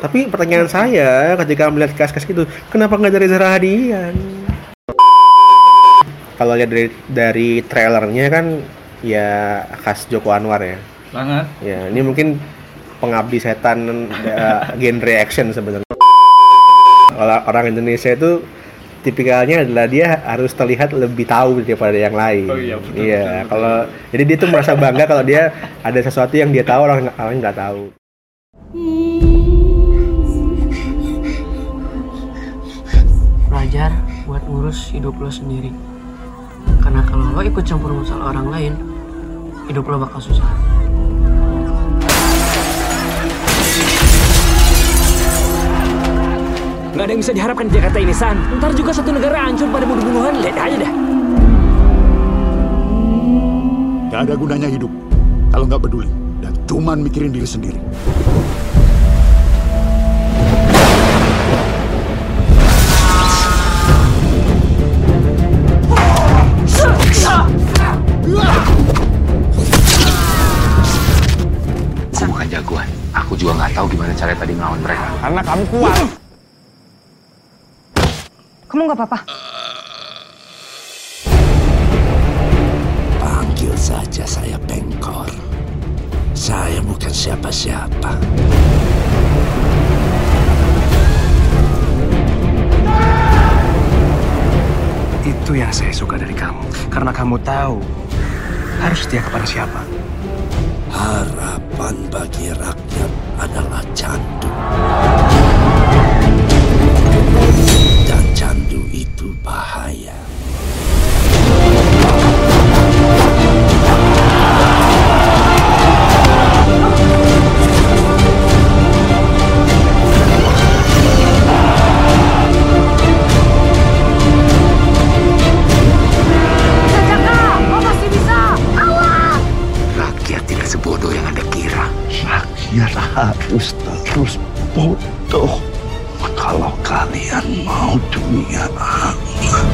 Tapi pertanyaan saya ketika melihat kas-kas itu, kenapa nggak dari Zara Hadian? Kalau lihat dari trailernya kan ya khas Joko Anwar ya. Banget. Ya, ini mungkin pengabdi setan genre action sebenarnya. Kalau orang Indonesia itu tipikalnya adalah dia harus terlihat lebih tahu daripada yang lain. Oh iya, betul. Iya, betul. kalau jadi dia tuh merasa bangga kalau dia ada sesuatu yang dia tahu orang nggak tahu. Belajar buat ngurus hidup lo sendiri. Karena kalau lo ikut campur masalah orang lain, hidup lo bakal susah. Nggak ada yang bisa diharapkan di Jakarta ini, San. Ntar juga satu negara hancur pada bunuh-bunuhan, lihat aja dah. Gak ada gunanya hidup kalau nggak peduli dan cuman mikirin diri sendiri. Aku bukan jagoan. Aku juga nggak tahu gimana cara tadi ngelawan mereka. Karena kamu kuat. Kamu nggak apa-apa? Panggil saja saya Pengkor. Saya bukan siapa-siapa. Itu yang saya suka dari kamu. Karena kamu tahu harus setia kepada siapa. Harapan bagi rakyat adalah candu. Dan candu itu bahaya. Rakyat tidak sebodoh yang Anda kira. Rakyat harus terus bodoh kalau kalian mau dunia aman.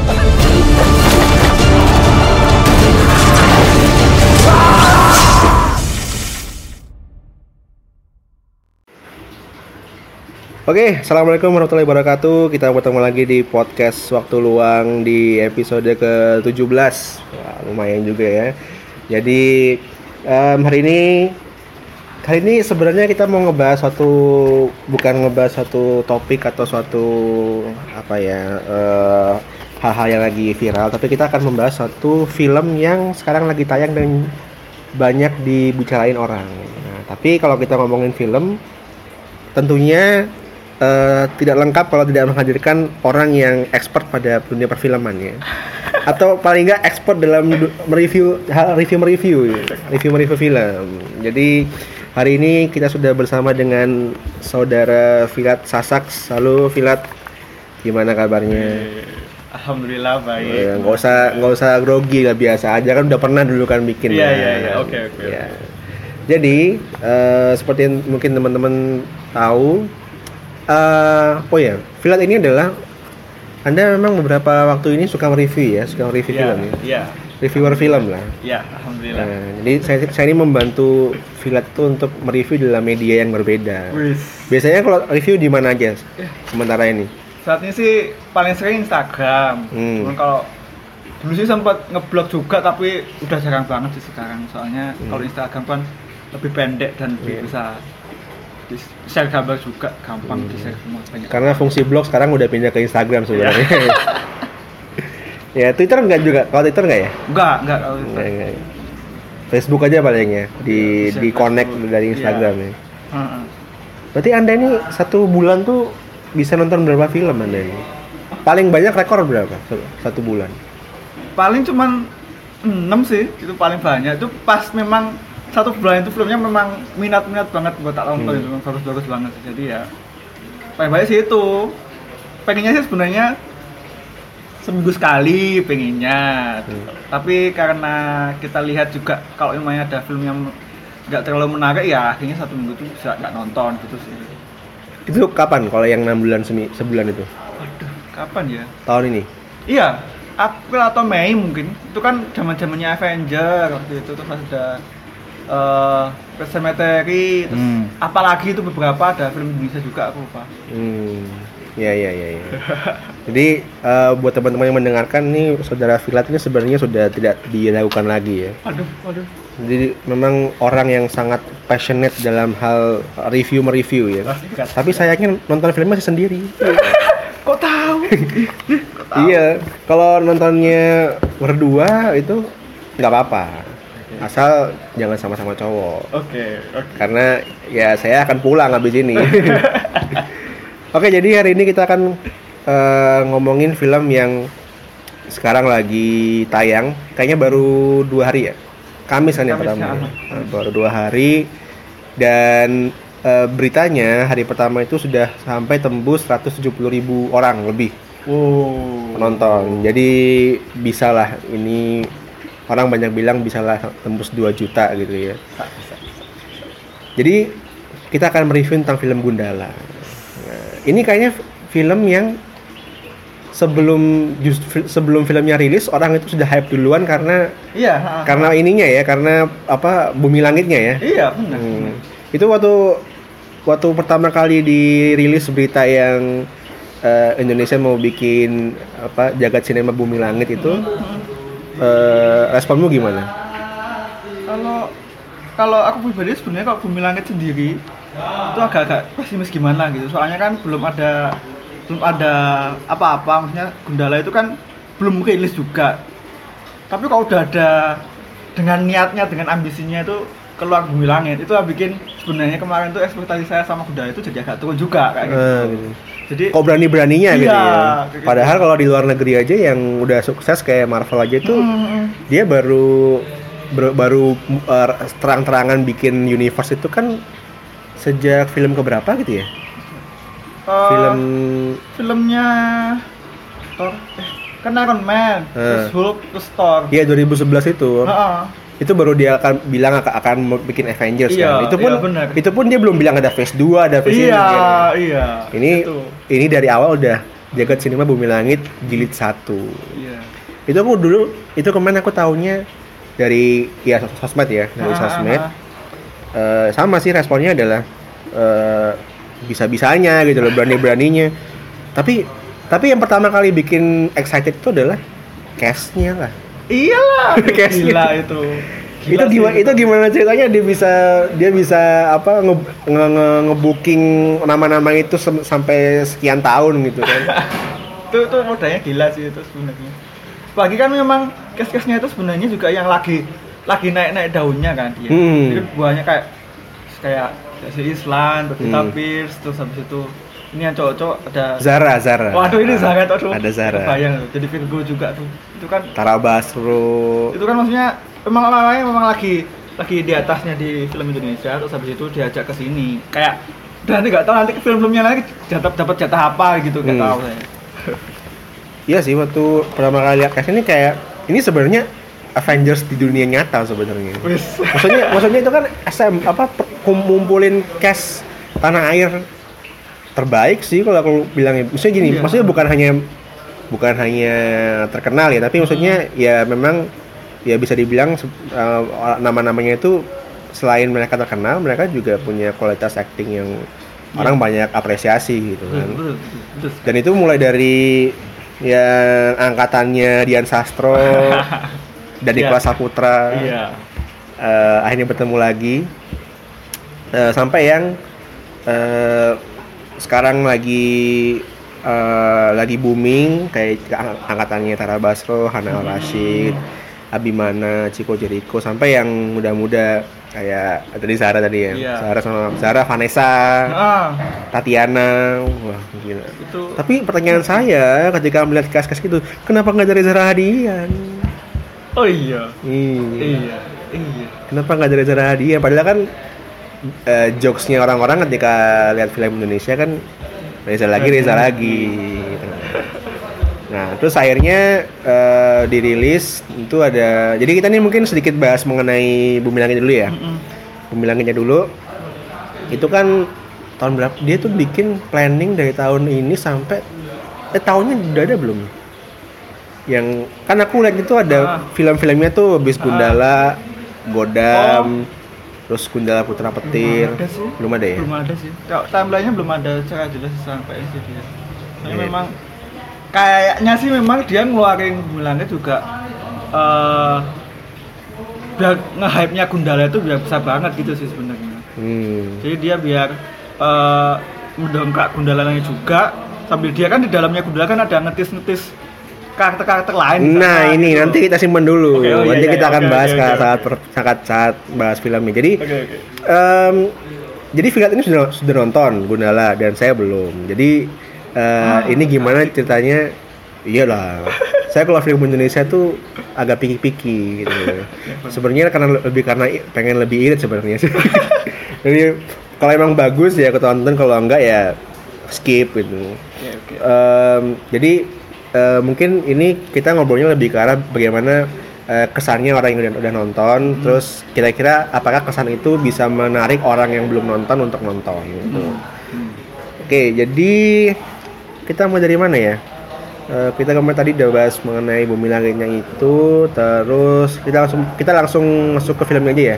Oke, assalamualaikum warahmatullahi wabarakatuh. Kita bertemu lagi di podcast Waktu Luang di episode ke-17. Wah, lumayan juga ya. Jadi hari ini sebenarnya kita mau ngebahas bukan ngebahas satu topik atau suatu hal-hal yang lagi viral, tapi kita akan membahas satu film yang sekarang lagi tayang dan banyak dibicarain orang. Nah, tapi kalau kita ngomongin film, tentunya tidak lengkap kalau tidak menghadirkan orang yang expert pada dunia perfilman ya, atau paling nggak expert dalam mereview film. Jadi hari ini kita sudah bersama dengan saudara Filat Sasaks. Halo Filat, gimana kabarnya? Alhamdulillah baik. Nggak usah grogi lah, biasa aja kan, udah pernah dulu kan bikin. Iya. Oke. Ya. Jadi seperti yang mungkin teman-teman tahu, Filat ini adalah Anda memang beberapa waktu ini suka mereview film ya? Iya. Reviewer film lah. Iya, alhamdulillah. Jadi saya ini membantu Filat itu untuk mereview dalam media yang berbeda. Biasanya kalau review di mana aja sementara ini? Saat ini sih paling sering Instagram. Cuman kalau dulu sih sempat ngeblog juga, tapi udah jarang banget sih sekarang. Soalnya kalau Instagram kan lebih pendek dan lebih bisa share gambar juga, gampang di-share semua banyak. Karena fungsi blog sekarang udah pindah ke Instagram sebenarnya. Ya, Twitter enggak juga? Kalau Twitter enggak ya? Enggak kalau Twitter. Enggak. Facebook aja paling ya, di connect dari Instagram ya. Berarti Anda ini satu bulan tuh bisa nonton berapa film Anda ini? Paling banyak rekor berapa satu bulan? Paling cuman 6 sih, itu paling banyak. Itu pas memang satu bulan itu filmnya memang minat banget buat tak tonton, itu bagus banget. Jadi ya paling banyak sih itu. Pengennya sih sebenarnya seminggu sekali pengennya. Tapi karena kita lihat juga kalau memang ada film yang nggak terlalu menarik, ya akhirnya satu minggu itu bisa nggak nonton gitu sih. Itu kapan kalau yang 6 bulan sebulan itu? Waduh, kapan ya? Tahun ini? Iya, April atau Mei mungkin. Itu kan zaman-zamannya Avenger waktu itu tuh pas ada Pet Sematary, terus apalagi itu beberapa ada film Indonesia juga aku lupa. Ya. Jadi buat teman-teman yang mendengarkan nih, saudara Filat ini sebenarnya sudah tidak dilakukan lagi ya. Aduh. Jadi memang orang yang sangat passionate dalam hal mereview ya. Tapi sayangnya nonton filmnya masih sendiri. Kok tahu? Iya, kalau nontonnya berdua itu nggak apa-apa. Asal jangan sama-sama cowok. Oke. Karena ya saya akan pulang habis ini. Oke, jadi hari ini kita akan ngomongin film yang sekarang lagi tayang. Kayaknya baru 2 hari ya. Kamis kan yang pertama. Baru 2 hari. Dan beritanya hari pertama itu sudah sampai tembus 170.000 orang lebih penonton. Jadi bisalah, ini orang banyak bilang bisalah tembus 2 juta gitu ya. Jadi kita akan mereview tentang film Gundala. Ini kayaknya film yang sebelum filmnya rilis orang itu sudah hype duluan karena ininya ya, karena Bumi Langitnya ya. Iya, benar. Itu waktu pertama kali dirilis berita yang Indonesia mau bikin jagat sinema Bumi Langit itu, responmu gimana? Kalau aku pribadi sebenarnya kalau Bumi Langit sendiri itu agak pesimis gimana gitu, soalnya kan belum ada apa-apa, maksudnya Gundala itu kan belum rilis juga. Tapi kalau udah ada dengan niatnya, dengan ambisinya itu keluar Bumi Langit, itu bikin sebenarnya kemarin tuh ekspektasi saya sama Gundala itu jadi agak turun juga kayak gitu. Jadi kok berani-beraninya gitu ya. Padahal kalau di luar negeri aja yang udah sukses kayak Marvel aja tuh dia baru terang-terangan bikin universe itu kan sejak film keberapa gitu ya? Filmnya Thor, kan Iron Man, terus Hulk, terus Thor. Iya, 2011 itu. Itu baru dia akan bilang akan bikin Avengers kan. Itu pun dia belum bilang ada phase 2, ada phase ini. Iya. Ini dari awal udah jagat sinema Bumi Langit jilid 1. Iya. Itu kemarin aku taunya dari sosmed ya, dari sosmed. Sama sih responnya adalah bisa-bisanya gitu loh, berani-beraninya. Tapi yang pertama kali bikin excited itu adalah cast-nya lah. Iyalah, gila itu. Itu gimana ceritanya dia bisa ngebooking nama-nama itu sampai sekian tahun gitu kan. itu modalnya gila sih itu sebenarnya. Apalagi kan memang cast-castnya itu sebenarnya juga yang lagi naik daunnya kan dia. Jadi buahnya kayak si Islan, Pevita Pierce, terus habis itu ini yang cowok-cowok ada Zara. Waduh, ini Zara tuh. Ada Zara. Bayang jadi Virgo juga tuh. Itu kan Tara Basro. Itu kan maksudnya memang orang-orangnya memang lagi di atasnya di film Indonesia, terus habis itu diajak ke sini. Kayak dan enggak tahu nanti filmnya lagi dapat jatah apa gitu, enggak tahu saya. Iya sih, waktu pertama kali lihat cast ini kayak ini sebenarnya Avengers di dunia nyata sebenarnya. Maksudnya itu kan ngumpulin cast tanah air terbaik sih kalau aku bilangnya. Maksudnya gini, maksudnya bukan hanya terkenal ya, tapi maksudnya ya memang ya bisa dibilang nama-namanya itu selain mereka terkenal, mereka juga punya kualitas acting yang orang banyak apresiasi gitu kan. Dan itu mulai dari yang angkatannya Dian Sastro dan Nicholas Saputra, akhirnya bertemu lagi, sampai yang sekarang lagi booming kayak angkatannya Tara Basro, Hana Al-Rashid, Abimana, Chico Jericho, sampai yang muda-muda kayak tadi Zara Zara, Vanessa, Tatiana, wah gila. Tapi pertanyaan saya ketika melihat cast-cast itu, kenapa nggak dari Zara Hadian? Oh iya. Kenapa nggak dari Zara Hadian? Padahal kan jokesnya orang-orang ketika lihat film Indonesia kan Reza lagi. Nah, terus akhirnya dirilis itu ada. Jadi kita nih mungkin sedikit bahas mengenai Bumi Langit dulu ya. Bumi Langitnya dulu. Itu kan tahun berapa? Dia tuh bikin planning dari tahun ini sampai tahunnya udah ada belum? Yang kan aku lihat itu ada film-filmnya tuh Bis Gundala, Godam, terus Gundala Putra Petir. Belum ada ya? Belum ada sih. Kalau timeline-nya belum ada secara jelas sampai sih dia. Tapi Iya. memang kayaknya sih memang dia ngeluarin Gundala juga biar nge-hype-nya Gundala itu biar besar banget gitu sih sebenarnya. Jadi dia biar mendongkrak Gundalanya juga, sambil dia kan di dalamnya Gundala kan ada ngetis-ngetis karakter-karakter lain. Nah sana, ini gitu. nanti kita simpan dulu. Oke, Nanti kita akan bahas oke. saat bahas filmnya. Jadi Oke. jadi Figat ini sudah nonton Gundala dan saya belum. Jadi ini gimana ceritanya? Iyalah. Saya kalau film Indonesia tuh agak piki-piki gitu. Sebenarnya karena pengen lebih irit sebenarnya sih. Jadi kalau emang bagus ya aku tonton, kalau enggak ya skip gitu. Oke. Jadi mungkin ini kita ngobrolnya lebih ke arah bagaimana kesannya orang yang udah nonton, terus kira-kira apakah kesan itu bisa menarik orang yang belum nonton untuk nonton gitu. Oke, jadi kita mau dari mana ya? Kita kemarin tadi udah bahas mengenai Bumi Langitnya itu, terus kita langsung masuk ke filmnya aja ya.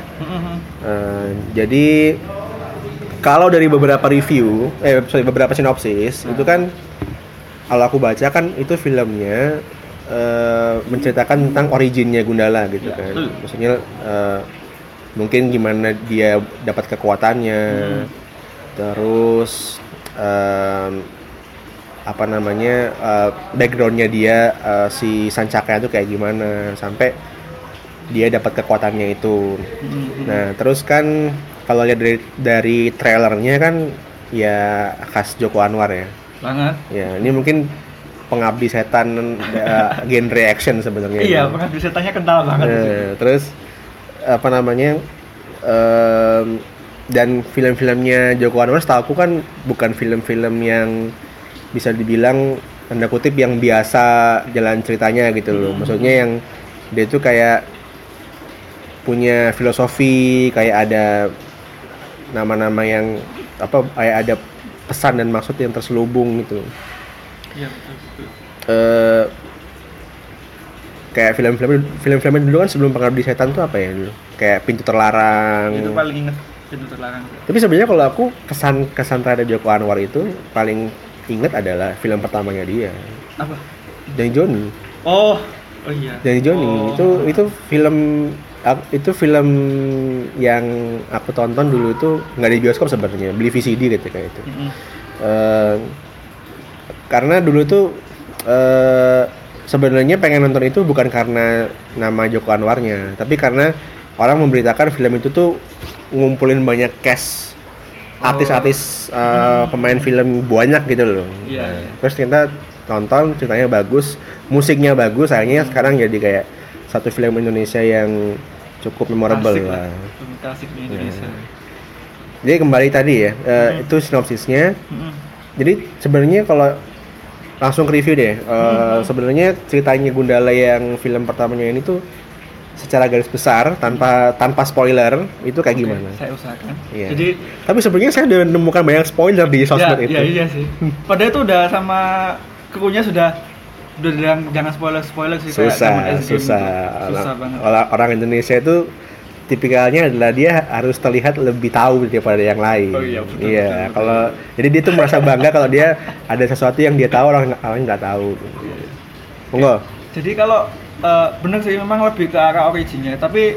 Jadi kalau dari beberapa review, beberapa sinopsis itu kan, kalau aku baca kan itu filmnya menceritakan tentang originnya Gundala gitu kan. Maksudnya mungkin gimana dia dapat kekuatannya, terus backgroundnya dia si Sancaka itu kayak gimana sampai dia dapat kekuatannya itu. Nah terus kan kalau lihat dari trailernya kan ya khas Joko Anwar ya. Banget. Ya ini mungkin Pengabdi Setan genre action sebenarnya. Iya, Pengabdi Setannya kental banget. Terus dan film-filmnya Joko Anwar setahu aku kan bukan film-film yang bisa dibilang tanda kutip yang biasa jalan ceritanya gitu loh. Maksudnya yang dia tuh kayak punya filosofi, kayak ada nama-nama yang kayak ada pesan dan maksud yang terselubung gitu. Iya, betul. Kayak film-film dulu kan sebelum Pengabdi Setan tuh apa ya dulu? Kayak Pintu Terlarang. Itu paling inget Pintu Terlarang. Tapi sebenarnya kalau aku kesan terhadap Joko Anwar itu paling inget adalah film pertamanya dia. Apa? Johnny. Oh iya. Johnny itu film yang aku tonton dulu itu nggak di bioskop sebenarnya, beli VCD ketika itu. Karena dulu tuh sebenarnya pengen nonton itu bukan karena nama Joko Anwarnya, tapi karena orang memberitakan film itu tuh ngumpulin banyak cast artis-artis pemain film banyak gitu loh. Iya. Terus kita tonton, ceritanya bagus, musiknya bagus, akhirnya sekarang jadi kayak satu film Indonesia yang cukup memorable lah. Klasiknya Indonesia. Jadi kembali tadi ya, itu sinopsisnya. Jadi sebenarnya kalau langsung ke review deh, sebenarnya ceritanya Gundala yang film pertamanya ini tuh secara garis besar tanpa spoiler itu kayak gimana? Saya usahakan. Iya. Jadi tapi sebenarnya saya udah menemukan banyak spoiler di sosmed itu. Iya sih. Padahal itu udah sama krunya sudah bilang jangan spoiler sih. Susah banget. Orang Indonesia itu tipikalnya adalah dia harus terlihat lebih tahu daripada yang lain. Oh iya, betul. Kalau jadi dia tuh merasa bangga kalau dia ada sesuatu yang dia tahu orang nggak tahu. Monggo. Jadi kalau bener sih memang lebih ke arah originnya, tapi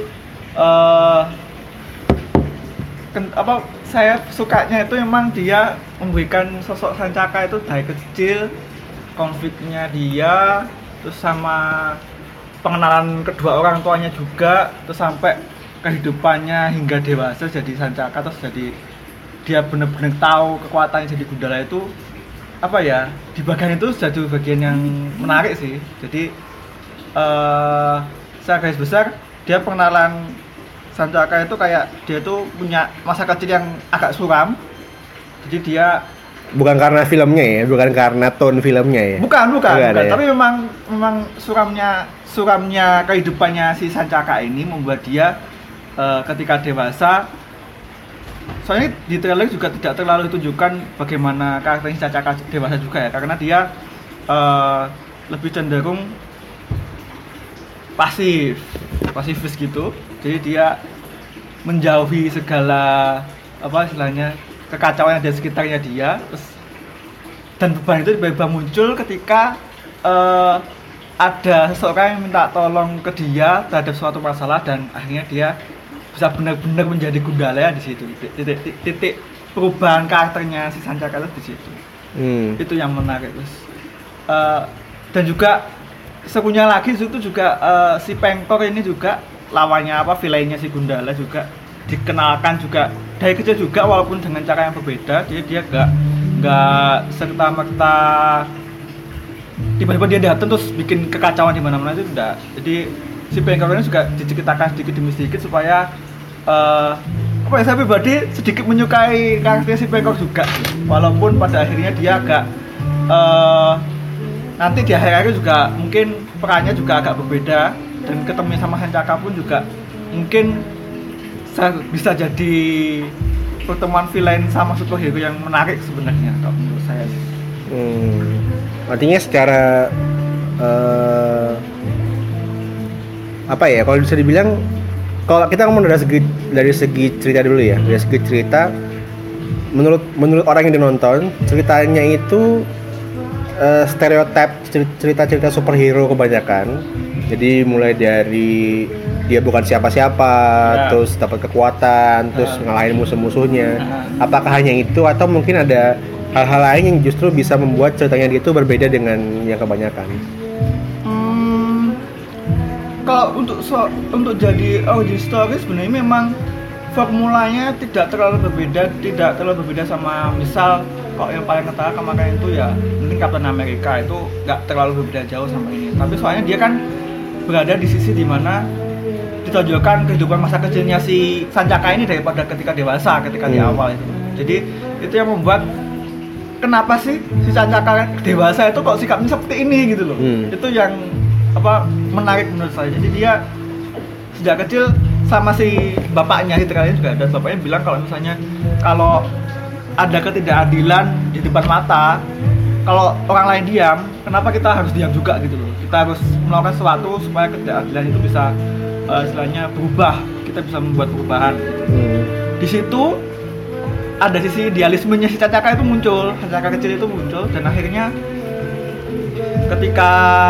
saya sukanya itu memang dia memberikan sosok Sancaka itu dari kecil, konfliknya dia, terus sama pengenalan kedua orang tuanya juga, terus sampai kehidupannya hingga dewasa jadi Sancaka, terus jadi dia benar-benar tahu kekuatannya jadi Gundala itu apa ya, di bagian itu jadi bagian yang menarik sih. Jadi secara garis besar dia pengenalan Sancaka itu kayak dia tuh punya masa kecil yang agak suram. Jadi dia bukan karena filmnya ya, bukan karena tone filmnya ya. Bukan. Ya? Tapi memang suramnya kehidupannya si Sancaka ini membuat dia ketika dewasa. Soalnya di trailer juga tidak terlalu ditunjukkan bagaimana karakternya Sancaka dewasa juga ya, karena dia lebih cenderung pasifis gitu. Jadi dia menjauhi segala apa istilahnya kekacauan yang ada di sekitarnya dia, terus dan beban itu tiba-tiba muncul ketika ada seseorang yang minta tolong ke dia terhadap suatu masalah dan akhirnya dia bisa benar-benar menjadi Gundala di situ. Titik perubahan karakternya si Sancaka itu di situ. Itu yang menarik, terus dan juga serunya lagi itu juga si Pengkor ini juga lawannya villainnya si Gundala juga dikenalkan juga dari kecil juga walaupun dengan cara yang berbeda. Jadi dia nggak serta-merta tiba-tiba dia datang terus bikin kekacauan di mana-mana, itu enggak. Jadi si Pengkor ini juga diceritakan sedikit demi sedikit supaya saya pribadi sedikit menyukai karakter si Pengkor juga, walaupun pada akhirnya dia agak nanti di akhir-akhir juga mungkin perannya juga agak berbeda dan ketemu sama Sancaka pun juga mungkin bisa jadi pertemuan villain sama superhero yang menarik sebenarnya kalau menurut saya sih. Artinya secara kalau bisa dibilang, kalau kita ngomong dari segi cerita dulu ya, dari segi cerita, menurut orang yang nonton, ceritanya itu stereotip cerita-cerita superhero kebanyakan. Jadi mulai dari dia bukan siapa-siapa, terus dapat kekuatan, terus ngalahin musuh-musuhnya. Apakah hanya itu atau mungkin ada hal-hal lain yang justru bisa membuat ceritanya dia itu berbeda dengan yang kebanyakan? Kalau untuk jadi origin story sebenarnya memang formulanya tidak terlalu berbeda sama misal kalau yang paling ketara kemarin itu ya mungkin Captain America itu nggak terlalu berbeda jauh sama ini. Tapi soalnya dia kan berada di sisi dimana ditonjolkan kehidupan masa kecilnya si Sancaka ini daripada ketika dewasa, ketika di awal itu. Jadi itu yang membuat kenapa sih si Sancaka dewasa itu kok sikapnya seperti ini gitu loh. Itu yang menarik menurut saya. Jadi dia sejak kecil sama si bapaknya literalnya juga, dan bapaknya bilang kalau misalnya kalau ada ketidakadilan di depan mata, kalau orang lain diam, kenapa kita harus diam juga gitu loh. Kita harus melakukan sesuatu supaya ketidakadilan itu bisa istilahnya berubah, kita bisa membuat perubahan. Di situ ada sisi idealismenya si Sancaka itu muncul, Sancaka kecil itu muncul, dan akhirnya ketika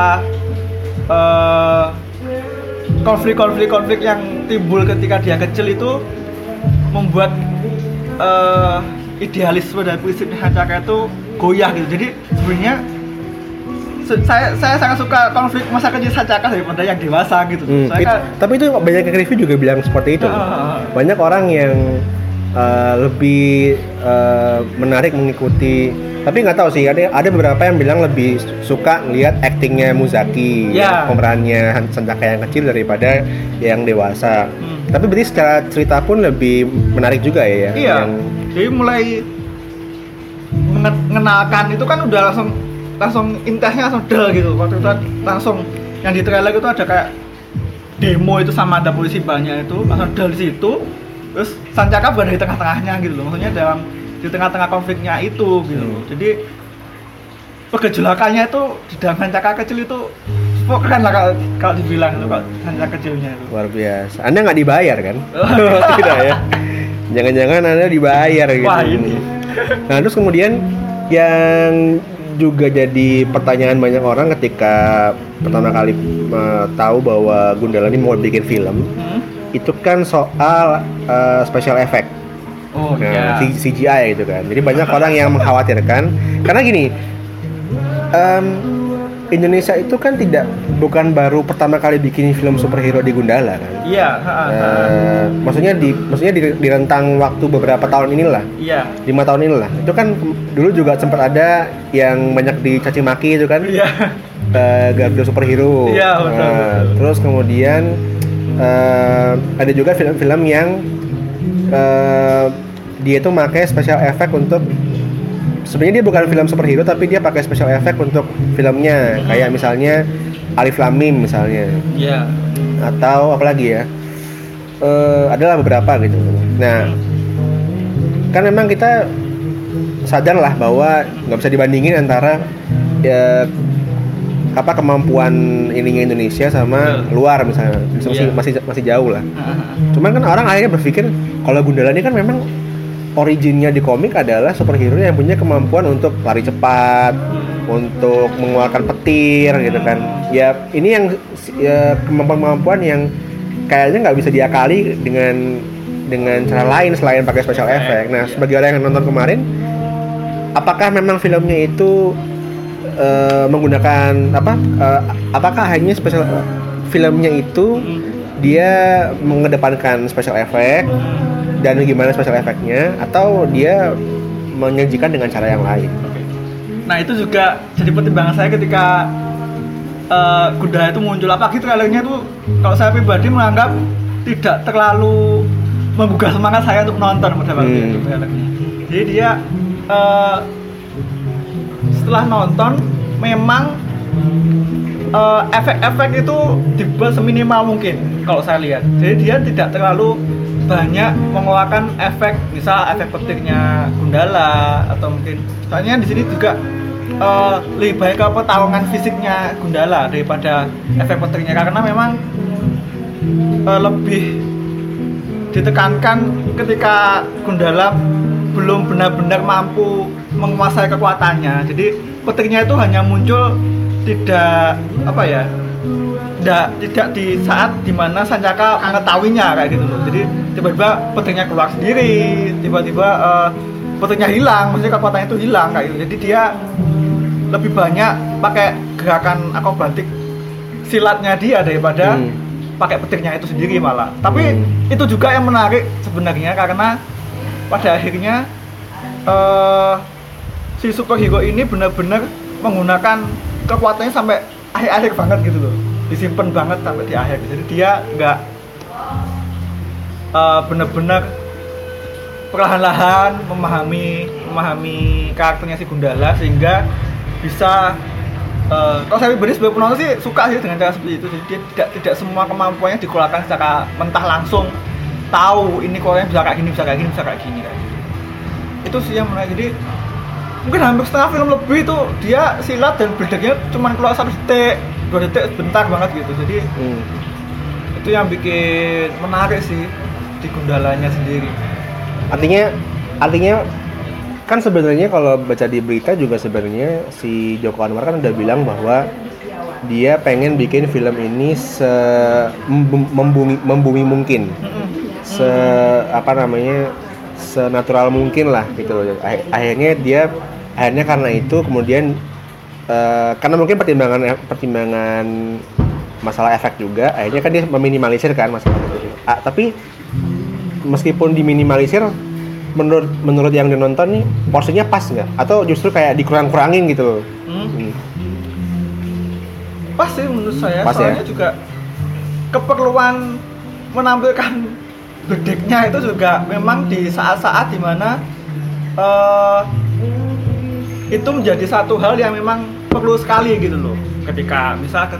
konflik yang timbul ketika dia kecil itu membuat idealisme dan prinsipnya Sancaka itu goyah gitu. Jadi sebenarnya saya sangat suka konflik masa kecil Sancaka daripada yang dewasa gitu. Tapi itu banyak review juga bilang seperti itu. Banyak orang yang lebih menarik mengikuti, tapi nggak tahu sih, ada beberapa yang bilang lebih suka lihat aktingnya Muzaki, pemerannya Sancaka yang kecil daripada yang dewasa. Tapi berarti secara cerita pun lebih menarik juga ya. Iya. Jadi mulai mengenalkan itu kan udah langsung intensnya langsung del gitu. Waktu itu langsung yang di trailer itu ada kayak demo itu sama ada polisi banyak itu langsung del di situ. Terus Sancaka berada di tengah-tengahnya gitu loh. Maksudnya di tengah-tengah konfliknya itu gitu. Jadi pergejolakannya itu di dalam Sancaka kecil itu keren lah kalau dibilang itu kalau Sancaka kecilnya itu. Luar biasa. Anda nggak dibayar kan? Tidak ya. Jangan-jangan Anda dibayar gitu. Wah, ini. Nah, terus kemudian yang juga jadi pertanyaan banyak orang ketika pertama kali tahu bahwa Gundala ini mau bikin film, itu kan soal special effect. CGI gitu kan. Jadi banyak orang yang mengkhawatirkan karena gini, Indonesia itu kan bukan baru pertama kali bikin film superhero di Gundala kan. Iya. Maksudnya di rentang waktu beberapa tahun inilah. Iya. 5 tahun inilah. Itu kan dulu juga sempat ada yang banyak dicaci maki itu kan. Iya. Garda superhero. Iya, betul. Terus kemudian ada juga film-film yang dia tuh pakai special effect untuk, sebenarnya dia bukan film superhero tapi dia pakai special effect untuk filmnya, kayak misalnya Alif Lam Mim misalnya. Iya. Atau apa lagi ya? Adalah beberapa gitu. Nah, kan memang kita sadar lah bahwa nggak bisa dibandingin antara kemampuan ininya Indonesia sama luar misalnya masih jauh lah. Cuman kan orang akhirnya berpikir kalau Gundala ini kan memang originnya di komik adalah superhero yang punya kemampuan untuk lari cepat, untuk mengeluarkan petir gitu kan. Ya ini yang kemampuan yang kayaknya nggak bisa diakali dengan cara lain selain pakai special effect. Nah, sebagai orang yang nonton kemarin, apakah memang filmnya itu menggunakan apakah hanya filmnya itu dia mengedepankan special effect dan gimana special effect-nya, atau dia menyajikan dengan cara yang lain? Nah itu juga jadi pertimbangan saya ketika Gundala itu muncul. Apalagi trailernya tuh kalau saya pribadi menganggap tidak terlalu menggugah semangat saya untuk nonton pada waktu itu trailernya. Jadi dia setelah nonton memang efek-efek itu dibuat seminimal mungkin kalau saya lihat. Jadi dia tidak terlalu banyak mengeluarkan efek, misal efek petirnya Gundala atau mungkin soalnya di sini juga lebih baik ke pertarungan fisiknya Gundala daripada efek petirnya, karena memang lebih ditekankan ketika Gundala belum benar-benar mampu menguasai kekuatannya. Jadi petirnya itu hanya muncul tidak di saat dimana Sancaka mengetahuinya kayak gitu loh. Jadi tiba-tiba petirnya keluar sendiri, tiba-tiba petirnya hilang, maksudnya kekuatannya itu hilang kayak gitu. Jadi dia lebih banyak pakai gerakan akrobatik silatnya dia daripada pakai petirnya itu sendiri malah. Tapi itu juga yang menarik sebenarnya, karena pada akhirnya si superhero ini benar-benar menggunakan kekuatannya sampai akhir-akhir banget gitu loh, disimpan banget sampai di akhir. Jadi dia nggak benar-benar perlahan-lahan memahami karakternya si Gundala sehingga bisa kalau saya pribadi sebagai penonton sih suka sih dengan cara seperti itu. Jadi dia tidak semua kemampuannya dikeluarkan secara mentah langsung tahu ini Korea bisa kayak gini kayak gitu. Itu sih yang menarik. Jadi mungkin hampir setengah film lebih itu dia silat dan bledeknya cuma keluar 1 detik, 2 detik, bentar banget gitu. Jadi itu yang bikin menarik sih di Gundalanya sendiri. Artinya kan sebenarnya kalau baca di berita juga sebenarnya si Joko Anwar kan udah bilang bahwa dia pengen bikin film ini membumi mungkin, senatural mungkin lah gitu loh. Akhirnya karena itu kemudian karena mungkin pertimbangan masalah efek juga, akhirnya kan dia meminimalisir kan masalah itu. Tapi meskipun diminimalisir, menurut yang dinonton nih porsinya pas nggak? Atau justru kayak dikurang-kurangin gitu loh? Pas sih menurut saya, pas soalnya ya? Juga keperluan menampilkan bedeknya itu juga memang di saat-saat dimana itu menjadi satu hal yang memang perlu sekali gitu loh. Ketika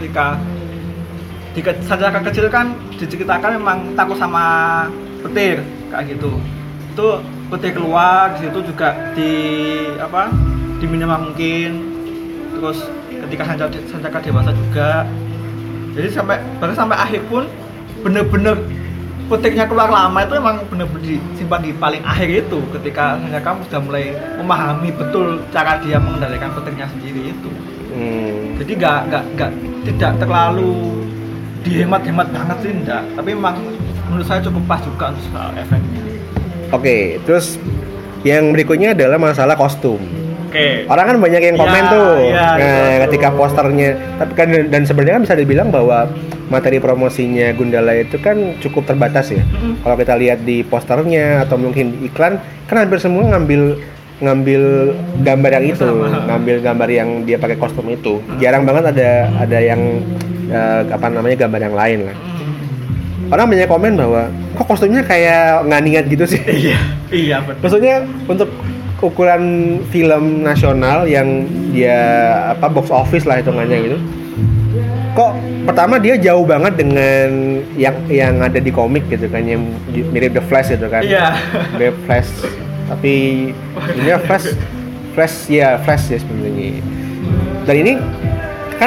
Sancaka kecil kan diceritakan memang takut sama petir kayak gitu. Itu petir keluar, di situ juga diminimal mungkin. Terus ketika Sancaka dewasa juga. Jadi sampai akhir pun bener-bener petirnya keluar lama itu memang bener-bener disimpan di paling akhir itu, ketika Sancaka sudah mulai memahami betul cara dia mengendalikan petirnya sendiri itu. Jadi tidak terlalu dihemat-hemat banget sih, enggak. Tapi memang menurut saya cukup pas juga untuk soal efeknya. Oke, terus yang berikutnya adalah masalah kostum. Orang kan banyak yang komen ketika posternya, tapi kan dan sebenarnya kan bisa dibilang bahwa materi promosinya Gundala itu kan cukup terbatas ya. Kalau kita lihat di posternya atau mungkin di iklan, kan hampir semua ngambil gambar yang itu, ngambil gambar yang dia pakai kostum itu. Jarang banget ada yang gambar yang lain lah. Orang banyak komen bahwa kok kostumnya kayak nggak niat gitu sih. Iya betul. Maksudnya untuk ukuran film nasional yang dia box office lah hitungannya gitu. Kok pertama dia jauh banget dengan yang ada di komik gitu kan, yang mirip The Flash gitu kan. Iya. The Flash. Tapi ini Flash ya sebenarnya. Dan ini kan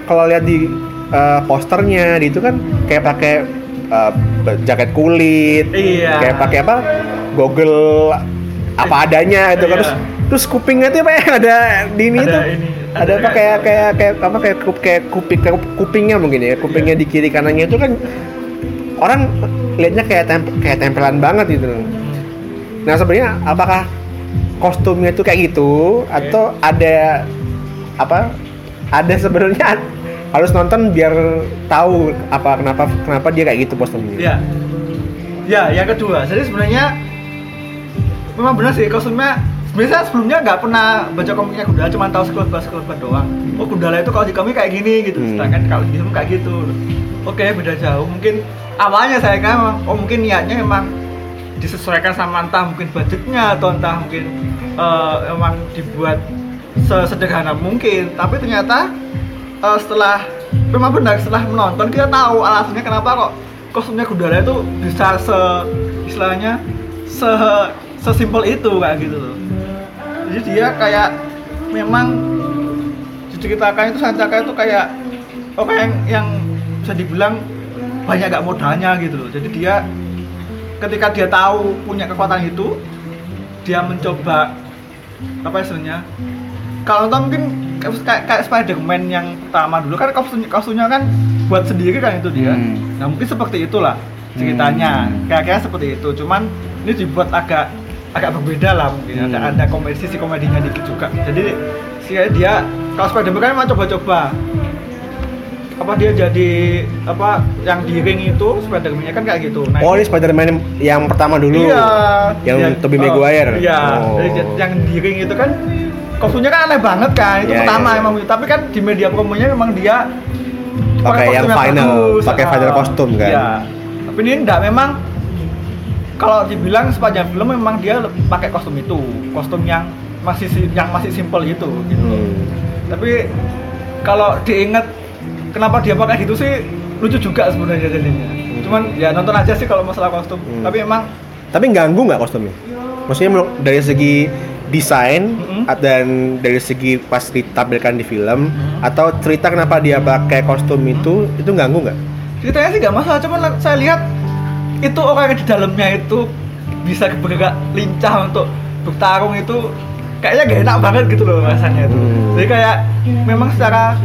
kalau lihat di posternya di itu kan kayak pakai jaket kulit, Iya. kayak pakai apa, goggle apa adanya itu kan, Iya. terus kupingnya tuh apa ya, ada di ini Ada tuh, ini, ada apa kayak kupingnya mungkin ya, kupingnya di kiri kanannya itu kan orang lihatnya kayak tempelan banget gitu. Nah sebenarnya apakah kostumnya itu kayak gitu atau ada apa? Ada sebenarnya harus nonton biar tahu kenapa dia kayak gitu kostumnya. Iya. Ya, yang kedua. Jadi sebenarnya memang benar sih kostumnya. Sebenarnya saya sebelumnya nggak pernah baca komiknya Gundala, cuma tahu sekelebas doang. Oh Gundala itu kalau di komik kayak gini gitu, sedangkan kalau di film kayak gitu. Oke, beda jauh. Mungkin awalnya saya kan, mungkin niatnya memang disesuaikan sama entah mungkin budgetnya atau entah mungkin memang dibuat sesederhana mungkin. Tapi ternyata setelah memang benar setelah menonton kita tahu alasannya kenapa kok kostumnya Gundala itu bisa istilahnya sesimpel itu kayak gitu loh. Jadi dia kayak memang diceritakan itu Sancaka itu kayak orang yang bisa dibilang banyak gak modalnya gitu loh. Jadi dia ketika dia tahu punya kekuatan itu, dia mencoba apa istilahnya? Kalau nonton mungkin kayak Spider-Man yang pertama dulu kan kostumnya kan buat sendiri kan itu dia. Nah mungkin seperti itulah ceritanya. Kira-kira seperti itu. Cuman ini dibuat agak berbeda lah mungkin. Ada sisi komedinya dikit juga. Jadi dia kalau Spider-Man kan memang coba-coba. Apa dia jadi apa yang di ring itu Spider-Man-nya kan kayak gitu. Nah, ini Spider-Man yang pertama dulu. Iya. Yang Tobey Maguire. Iya. Yang di ring itu kan kostumnya kan aneh banget kan. Itu pertama emang. Tapi kan di media promonya memang dia pakai yang final, pakai final kostum kan. Iya. Tapi ini enggak, memang kalau dibilang sepanjang film memang dia pakai kostum itu, kostum yang masih simpel itu gitu. Tapi kalau diingat kenapa dia pakai gitu sih lucu juga sebenarnya jadinya. Cuman ya nonton aja sih kalau masalah kostum. Tapi ganggu nggak kostumnya? Maksudnya dari segi desain dan dari segi pas ditampilkan di film atau cerita kenapa dia pakai kostum itu ganggu nggak? Ceritanya sih nggak masalah, cuman saya lihat itu orang yang di dalamnya itu bisa bergerak lincah untuk bertarung itu kayaknya gak enak banget gitu loh rasanya itu. Jadi kayak memang secara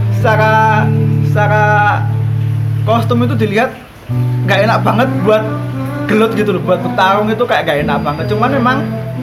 kostum itu dilihat gak enak banget buat gelut gitu loh, buat bertarung itu kayak gak enak banget. Cuman memang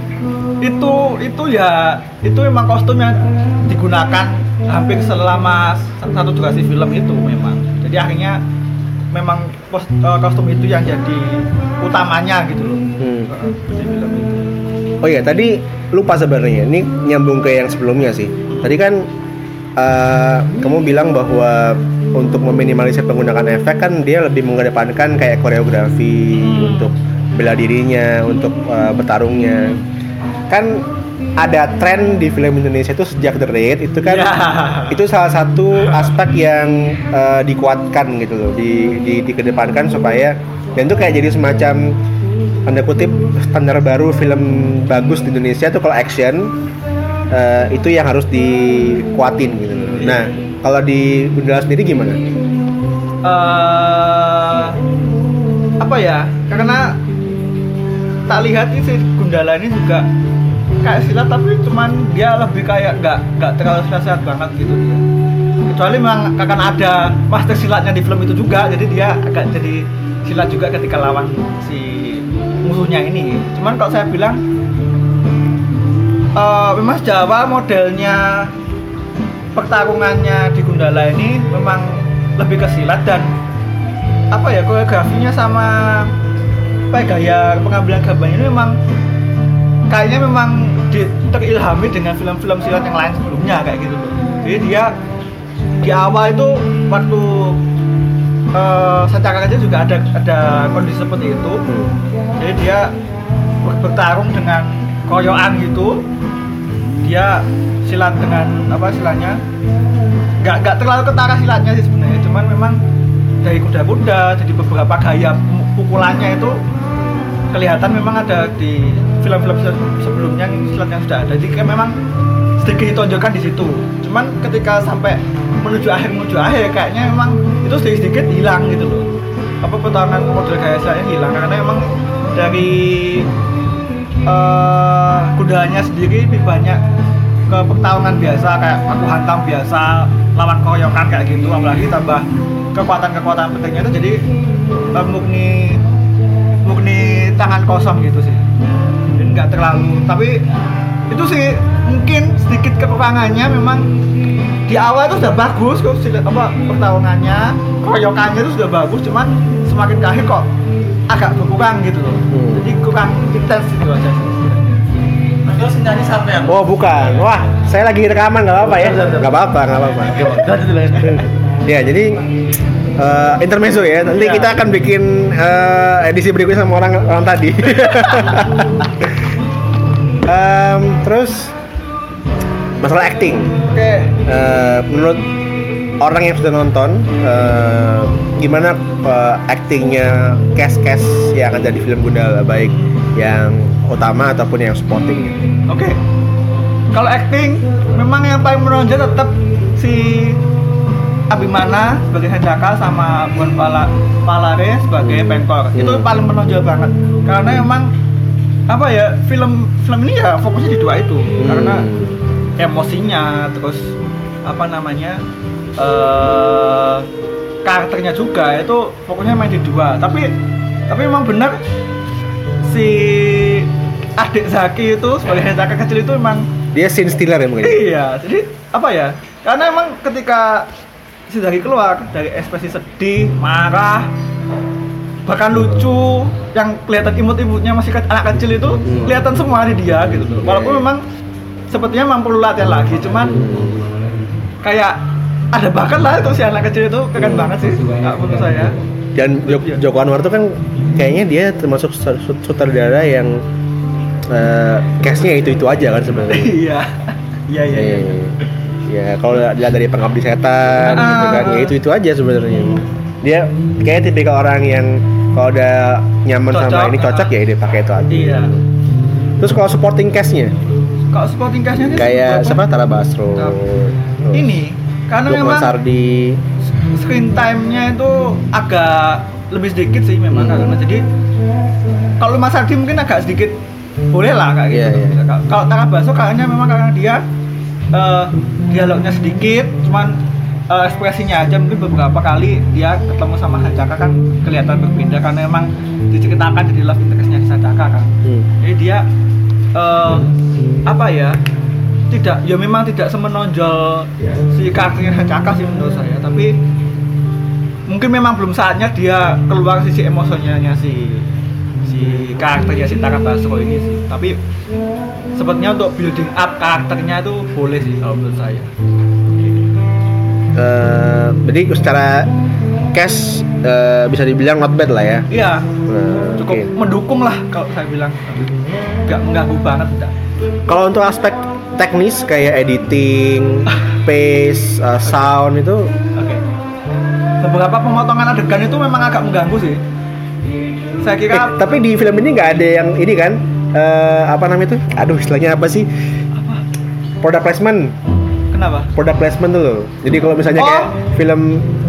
itu memang kostum yang digunakan hampir selama satu durasi film itu memang. Jadi akhirnya memang kostum itu yang jadi utamanya gitu loh di film itu. Oh iya, tadi lupa sebenarnya. Ini nyambung ke yang sebelumnya sih. Tadi kan kamu bilang bahwa untuk meminimalisir penggunaan efek kan dia lebih mengedepankan kayak koreografi untuk bela dirinya, untuk bertarungnya. Kan ada tren di film Indonesia itu sejak The Raid itu kan itu salah satu aspek yang dikuatkan gitu loh, dikedepankan supaya dan itu kayak jadi semacam tanda kutip standar baru film bagus di Indonesia tuh kalau action itu yang harus dikuatin gitu loh. Nah kalau di Gundala sendiri gimana? Apa ya? Karena tak lihat sih Gundala ini juga kayak silat tapi cuman dia lebih kayak nggak terlalu silat banget gitu dia. Kecuali memang akan ada master silatnya di film itu juga, jadi dia agak jadi silat juga ketika lawan si musuhnya ini. Cuman kalau saya bilang memang Jawa modelnya pertarungannya di Gundala ini memang lebih ke silat dan apa ya koreografinya sama gaya pengambilan gambarnya ini memang kayaknya memang terilhami dengan film-film silat yang lain sebelumnya kayak gitu loh. Jadi dia di awal itu waktu Sancaka aja juga ada kondisi seperti itu. Jadi dia bertarung dengan koyokan gitu. Dia silat dengan apa istilahnya? Nggak terlalu ketara silatnya sih sebenarnya. Cuman memang dari kuda-kuda, jadi beberapa gaya pukulannya itu kelihatan memang ada di film-film sebelumnya silat yang sudah ada. Jadi memang sedikit ditonjolkan di situ. Cuman ketika sampai menuju akhir kayaknya memang itu sedikit hilang gitu loh. Apa pertarungan model kayak saya hilang karena memang dari kudanya sendiri lebih banyak ke pertarungan biasa kayak aku hantam biasa lawan koyokan kayak gitu, apalagi tambah kekuatan pentingnya itu jadi murni tangan kosong gitu sih. Dan nggak terlalu, tapi itu sih mungkin sedikit kekurangannya memang di awal itu sudah bagus kok pertarungannya, koyokannya itu sudah bagus, cuman semakin ke akhir kok agak berkurang gitu loh. Jadi kurang intens gitu aja sih. Terus nyanyi sampai ya? Oh bukan, wah saya lagi rekaman nggak apa-apa ya? Nggak apa-apa. Ya jadi intermezzo ya. Nanti kita akan bikin edisi berikutnya sama orang tadi. Terus masalah acting. Oke. Menurut orang yang sudah nonton, gimana actingnya cast yang ada di film Gundala, baik yang utama ataupun yang supporting? Oke. Kalau acting memang yang paling menonjol tetap si Abimana sebagai Handaka sama Buan Palare sebagai Pengkor. Itu paling menonjol banget. Karena memang apa ya, film ini ya fokusnya di dua itu. Karena emosinya, terus apa namanya, karakternya juga itu fokusnya main di dua. Tapi memang benar si adik Zaki itu sebagai Handaka kecil itu memang dia scene stealer ya mungkin. Iya, jadi apa ya? Karena emang ketika si Zaki keluar dari ekspresi sedih, marah, bahkan lucu, yang kelihatan imut-imutnya masih anak kecil itu kelihatan semua di dia gitu loh. Walaupun memang sepertinya memang perlu latihan lagi, cuman kayak ada bakat lah itu si anak kecil itu, keren banget sih menurut saya. Dan Joko Anwar tuh kan kayaknya dia termasuk sutradara yang cast-nya itu aja kan sebenarnya. Iya. Ya kalau dilihat dari Pengabdi Setan gitu kan, ya itu aja sebenarnya. Dia kayaknya tipikal orang yang kalau udah nyaman sama ini cocok ya dia pakai itu aja. Iya. Terus kalau supporting cast-nya? Kalau supporting cast-nya kayak siapa? Tara Basro. Ini karena Lukman memang Sardi. Screen time-nya itu agak lebih sedikit sih memang karena jadi kalau Mas Sardi mungkin agak sedikit boleh lah kayak gitu. Yeah. Kalau Tara Basro kayaknya memang karena dia dialognya sedikit, cuman ekspresinya aja mungkin beberapa kali dia ketemu sama Handaka kan kelihatan berbeda karena memang diceritakan jadi love interest-nya si Handaka kan. Jadi dia apa ya? Memang tidak semenonjol si karakternya Handaka sih menurut saya, tapi mungkin memang belum saatnya dia keluar sisi emosinya si karakternya si Tara Basro ini sih. Tapi sepertinya untuk building up karakternya itu boleh sih kalau menurut saya. Jadi secara cast bisa dibilang not bad lah ya. Iya. Cukup mendukung lah kalau saya bilang. Nggak mengganggu banget enggak. Kalau untuk aspek teknis kayak editing, pace, sound itu beberapa pemotongan adegan itu memang agak mengganggu sih. Saya kira tapi di film ini nggak ada yang ini kan, apa namanya itu? Aduh, istilahnya apa sih? Product placement. Kenapa? Product placement tuh loh. Jadi kalau misalnya kayak film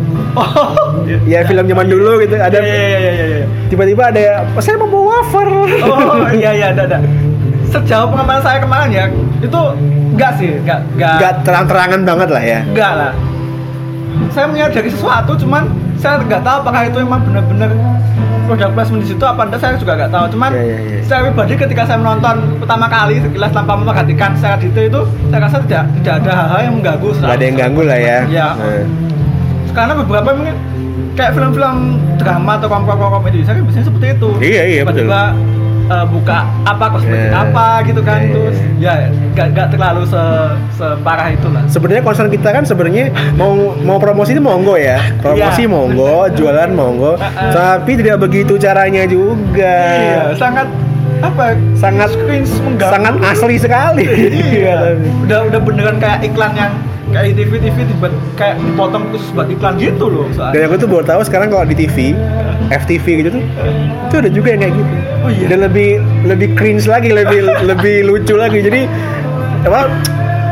film zaman dulu gitu ada. Iya. Tiba-tiba ada saya mau bawa wafer. Oh, iya ada. Sejauh pengalaman saya kemarin ya, itu enggak sih, enggak terang-terangan banget lah ya. Enggak lah. Saya menyadari sesuatu, cuman saya nggak tahu apakah itu memang benar-benar product placement di situ apa enggak, saya juga nggak tahu. Cuman secara pribadi ketika saya menonton pertama kali sekilas tanpa memperhatikan secara detail itu, saya rasa tidak ada hal-hal yang mengganggu. Nggak ada yang ganggu lah ya. Iya. Karena beberapa mungkin kayak film-film drama atau kom-kom Indonesia kan biasanya seperti itu. Iya betul. Tiba-tiba buka apa kosmetik apa gitu kan, terus ya nggak terlalu separah itulah. Sebenarnya concern kita kan sebenarnya mau promosi itu monggo ya, promosi monggo, jualan monggo, tapi tidak begitu caranya juga. Iya, sangat sangat asli sekali. Iya. Udah beneran kayak iklan yang kayak di TV kayak dipotong khusus buat iklan gitu loh. Soalnya. Dan aku tuh baru tahu sekarang kalau di TV, FTV gitu tuh, itu ada juga yang kayak gitu. Oh iya. Dan lebih cringe lagi, lebih lucu lagi. Jadi apa?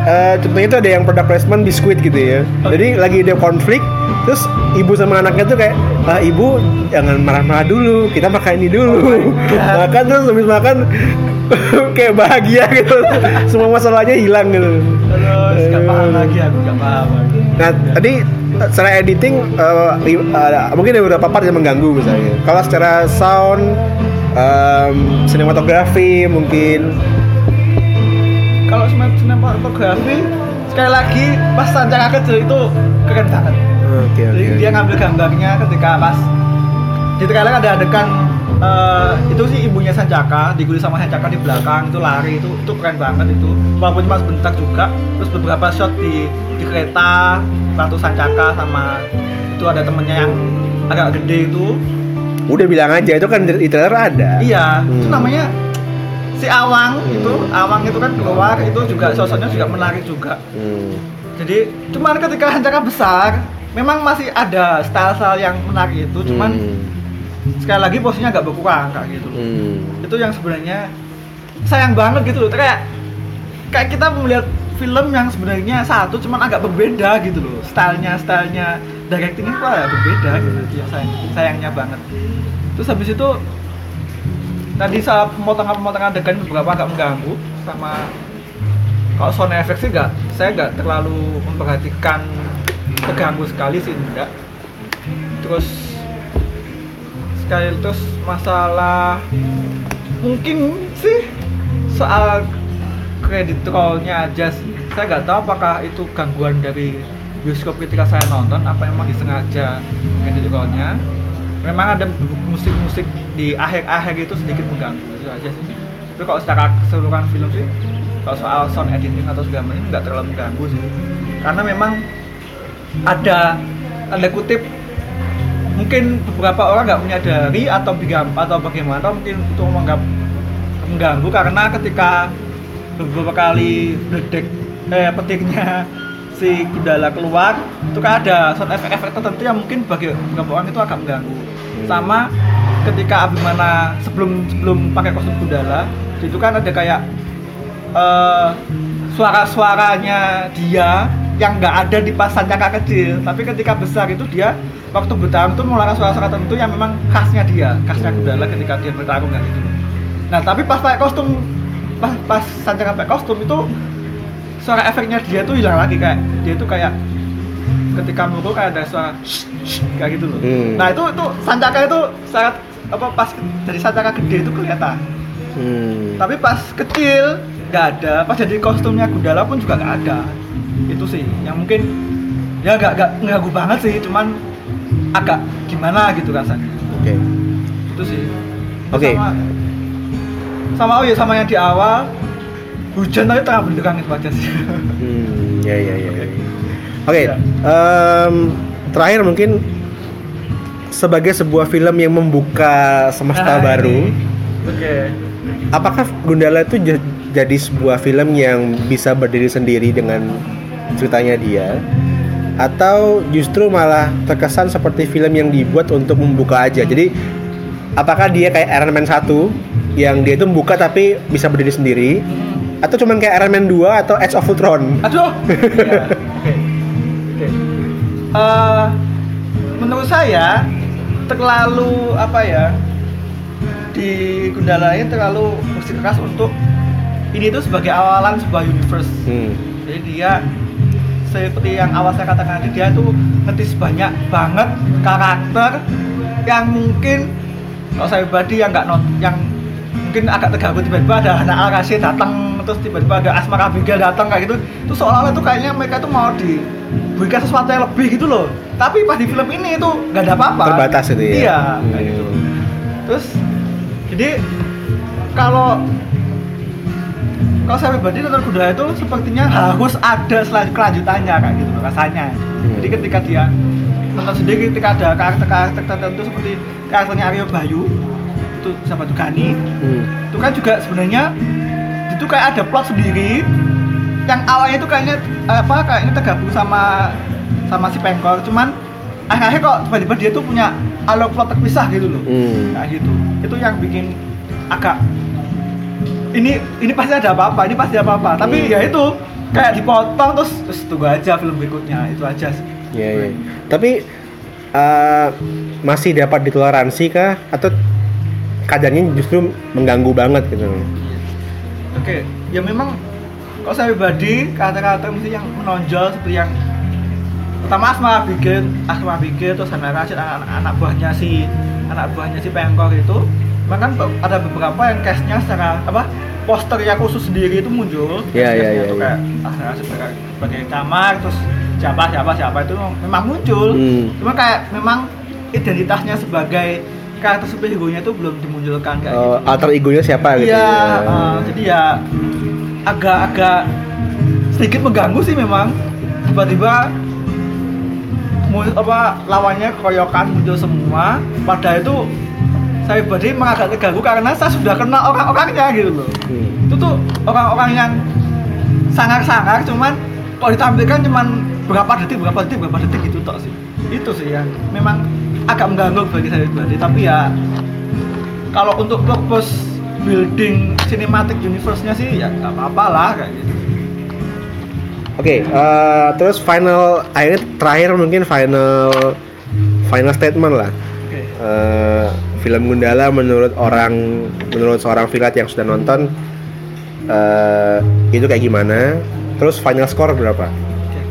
contohnya itu ada yang product placement biskuit gitu ya. Jadi lagi ada konflik, terus ibu sama anaknya tuh kayak, ibu jangan marah-marah dulu, kita makan ini dulu. Makan terus habis makan kayak bahagia gitu. Semua masalahnya hilang gitu. Terus gak paham lagi, aku gak paham lagi. Nah tadi secara editing mungkin ada beberapa part yang mengganggu misalnya. Kalau secara sound, sinematografi mungkin. Kalau sinematografi sekali lagi pas Sancaka kecil itu keren banget. Jadi dia ngambil gambarnya ketika pas di trailer ada adegan itu sih ibunya Sancaka digulung sama Sancaka di belakang itu lari itu keren banget itu. Walaupun cuma sebentar juga. Terus beberapa shot di kereta waktu Sancaka sama itu ada temennya yang agak gede itu. Udah bilang aja itu kan di trailer ada. Iya, itu namanya si Awang itu kan keluar itu juga sosoknya juga menarik juga. Jadi cuman ketika Sancaka besar memang masih ada style-style yang menarik itu, cuman sekali lagi posisinya agak berkurang kayak gitu. Itu yang sebenarnya sayang banget gitu loh. Kayak kita melihat film yang sebenarnya satu cuman agak berbeda gitu loh. Stylenya directingnya kok ya berbeda gitu. Yang sayangnya banget. Terus habis itu tadi saat pemotongan adegan beberapa agak mengganggu sama kalau sound effect sih saya nggak terlalu memperhatikan terganggu sekali sih enggak. Terus masalah mungkin sih soal credit roll-nya aja sih. Saya nggak tahu apakah itu gangguan dari bioskop ketika saya nonton apa emang disengaja credit roll-nya. Memang ada musik-musik di akhir-akhir itu sedikit mengganggu itu aja sih. Tapi kalau secara keseluruhan film sih, kalau soal sound editing atau segala macam nggak terlalu mengganggu sih. Karena memang ada kutip mungkin beberapa orang nggak menyadari atau bagaimana atau mungkin itu menganggap mengganggu karena ketika beberapa kali petirnya si Gundala keluar itu kan ada sound efek tertentu yang mungkin bagi beberapa orang itu agak mengganggu. Sama ketika Abimana sebelum pakai kostum Gundala itu kan ada kayak suara-suaranya dia yang nggak ada di pas Sancaka kecil, tapi ketika besar itu dia waktu bertarung tuh mengeluarkan suara-suara tertentu yang memang khasnya Gundala ketika dia bertarung kayak gitu. Nah tapi pas pakai kostum pas Sancaka pakai kostum itu suara efeknya dia tuh hilang lagi, kayak dia tuh kayak ketika mukul kayak ada suara kayak gitu loh. Nah itu Sancaka itu sangat pas dari Sancaka gede itu kelihatan. Tapi pas kecil nggak ada, pas jadi kostumnya Gundala pun juga nggak ada. Itu sih yang mungkin ya nggak ngeragu banget sih, cuman agak gimana gitu rasanya. Itu sih. Sama yang di awal hujan tapi tengah benderang itu aja sih. Terakhir mungkin sebagai sebuah film yang membuka semesta baru. Apakah Gundala itu jadi sebuah film yang bisa berdiri sendiri dengan ceritanya dia, atau justru malah terkesan seperti film yang dibuat untuk membuka aja? Jadi apakah dia kayak Iron Man 1 yang dia itu membuka tapi bisa berdiri sendiri, atau cuman kayak Iron Man 2 atau Age of Ultron? Menurut saya terlalu di Gundala ini terlalu bersikeras untuk ini itu sebagai awalan sebuah universe. Jadi dia seperti yang awal saya katakan tadi, dia itu ngetis banyak banget karakter yang mungkin kalau saya pribadi yang mungkin agak terganggu. Tiba-tiba ada Hana Al-Rashid datang, terus tiba-tiba ada Asma Abigail datang kayak gitu. Itu seolah-olah itu kayaknya mereka itu mau diberikan sesuatu yang lebih gitu loh. Tapi pas di film ini itu nggak ada apa-apa. Terbatas itu ya. Iya, kayak gitu. Terus jadi kalau saya pribadi nonton Gundala itu sepertinya harus ada kelanjutannya kayak gitu rasanya. Jadi ketika dia nonton sendiri, ketika ada karakter-karakter tertentu seperti karakternya Aryo Bayu itu sama Gani, itu kan juga sebenarnya itu kayak ada plot sendiri yang awalnya itu kayaknya tergabung sama si Pengkor, cuman akhir-akhir kok tiba-tiba dia tuh punya alur plot terpisah gitu loh. Kayak gitu. Itu yang bikin agak ini pasti ada apa-apa, Tapi ya itu kayak dipotong terus tunggu aja film berikutnya, itu aja sih. Iya. Tapi masih dapat ditoleransi kah atau kadarnya justru mengganggu banget gitu? Oke, ya memang kalau saya pribadi karakter mesti yang menonjol seperti yang pertama Asma Bigil terus Hana Rashid anak buahnya si Pengkor itu. Memang kan ada beberapa yang cast-nya secara posternya khusus sendiri itu muncul. Iya. Kayak Hana Rashid sebagai Camar, terus siapa itu memang muncul. Cuma kayak memang identitasnya sebagai karakter superhero-nya itu belum dimunculkan kayak gitu. Alter egonya siapa gitu? Iya, jadi ya agak sedikit mengganggu sih memang. Tiba-tiba lawannya keroyokan muncul semua. Padahal itu saya pribadi agak terganggu karena saya sudah kenal orang-orangnya gitu loh. Itu tuh orang-orang yang sangar-sangar, cuman kalau ditampilkan cuman berapa detik gitu tok sih. Itu sih yang memang agak mengganggu bagi saya pribadi. Tapi ya kalau untuk purpose building cinematic universe-nya sih ya nggak apa-apa lah kayak gitu. Oke, terus terakhir mungkin final statement lah. Okay. Film Gundala menurut seorang Filat yang sudah nonton itu kayak gimana? Terus final score berapa? Okay.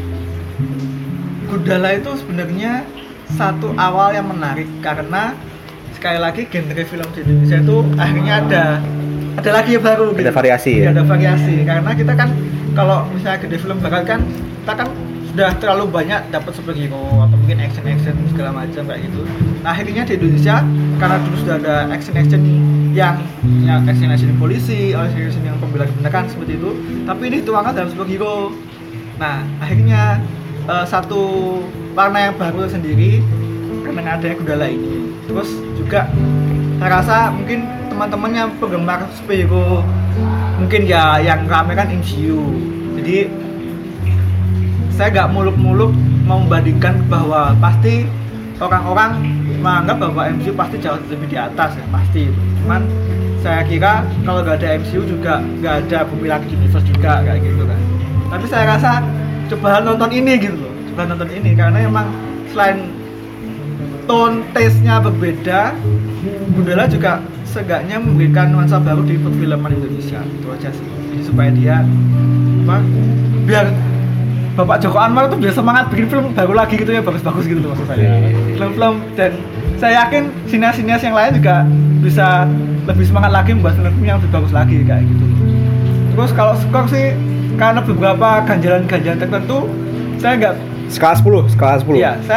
Gundala itu sebenarnya satu awal yang menarik karena sekali lagi genre film di Indonesia itu akhirnya ada lagi yang baru. Ada variasi ya? Ada variasi karena kita kan kalau misalnya gede film barat kan kita kan sudah terlalu banyak dapat superhero atau mungkin action segala macam kayak gitu. Nah akhirnya di Indonesia karena dulu sudah ada action yang action polisi, action yang pembela kebenaran seperti itu, tapi ini dituangkan dalam superhero. Nah akhirnya satu warna yang baru sendiri karena adanya Gundala ini. Terus juga saya rasa mungkin teman-teman yang penggemar superhero mungkin ya yang rame kan MCU. Jadi saya nggak muluk-muluk membandingkan bahwa pasti orang-orang menganggap bahwa MCU pasti jauh lebih di atas ya, pasti. Cuman saya kira kalau nggak ada MCU juga nggak ada Bumi Langit Universe juga kayak gitu kan. Tapi saya rasa coba nonton ini gitu loh, karena emang selain tone taste-nya berbeda, Gundala juga seenggaknya memberikan nuansa baru di perfilman Indonesia. Itu aja sih. Jadi supaya dia biar Bapak Joko Anwar tuh biar semangat bikin film baru lagi gitu ya, bagus-bagus gitu loh maksud saya. Film-film, dan saya yakin sinias-sinias yang lain juga bisa lebih semangat lagi membuat film yang lebih bagus lagi kayak gitu. Terus kalau skor sih karena beberapa ganjalan-ganjalan tertentu saya nggak skala 10. Iya, saya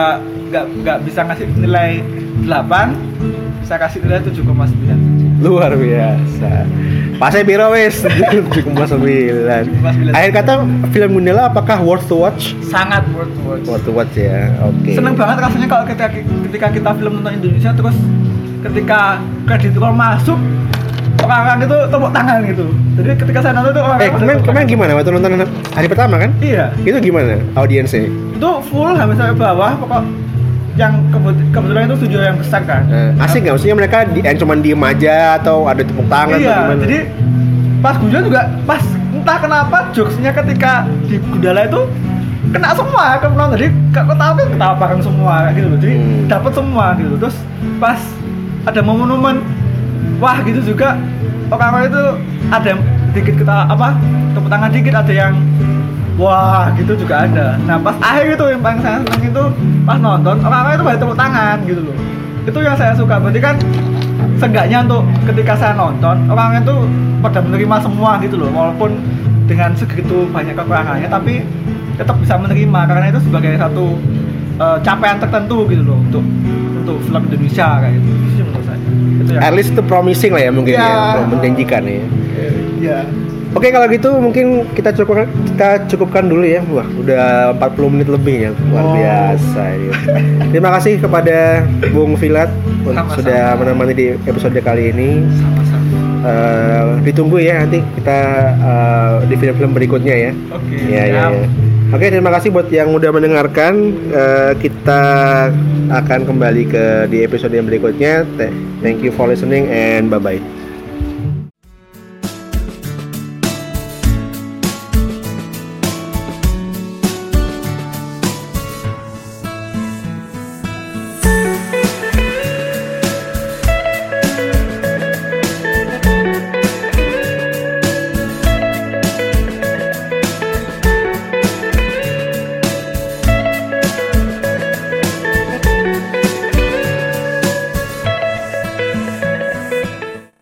nggak bisa ngasih nilai 8, saya kasih nilai 7,9. Luar biasa. Pasnya biro wes 7,9. Akhir kata film Gundala apakah worth to watch? Sangat worth to watch. Worth to watch ya. Oke. Seneng banget rasanya kalau ketika kita film nonton Indonesia terus ketika kredit roll masuk orang-orang itu tepuk tangan gitu. Jadi ketika saya nonton itu orang-orang kemarin gimana waktu nonton hari pertama kan? Iya. Itu gimana audiensnya? Itu full sampai bawah, pokok yang kebetulan itu studio yang besar kan. Asik nggak? Maksudnya mereka yang cuma diem aja atau ada tepuk tangan? Iya, atau gimana? jadi pas Gundala juga pas entah kenapa jokesnya ketika di Gundala itu kena semua ke penonton. Jadi ketawa bareng semua gitu loh. Jadi dapat semua gitu. Terus pas ada momen-momen wah gitu juga orang-orang itu ada yang dikit tepuk tangan dikit, ada yang wah gitu juga ada. Nah pas akhir itu yang paling saya senang itu pas nonton orang-orang itu pada tepuk tangan gitu loh. Itu yang saya suka. Berarti kan seenggaknya untuk ketika saya nonton orang itu pada menerima semua gitu loh, walaupun dengan segitu banyak kekurangannya tapi tetap bisa menerima karena itu sebagai satu capaian tertentu gitu loh untuk film Indonesia kayak gitu. Itu menurut saya. Itu ya. At least itu promising lah ya mungkin ya, menjanjikan ya. Iya. Oke, kalau gitu mungkin kita cukupkan dulu ya. Wah, udah 40 menit lebih ya. Luar biasa ya. Terima kasih kepada Bung Filat sudah menemani di episode kali ini. Sama-sama. Ditunggu ya nanti kita di film-film berikutnya ya. Oke. Ya. Oke, terima kasih buat yang udah mendengarkan. Kita akan kembali di episode yang berikutnya. Thank you for listening and bye-bye.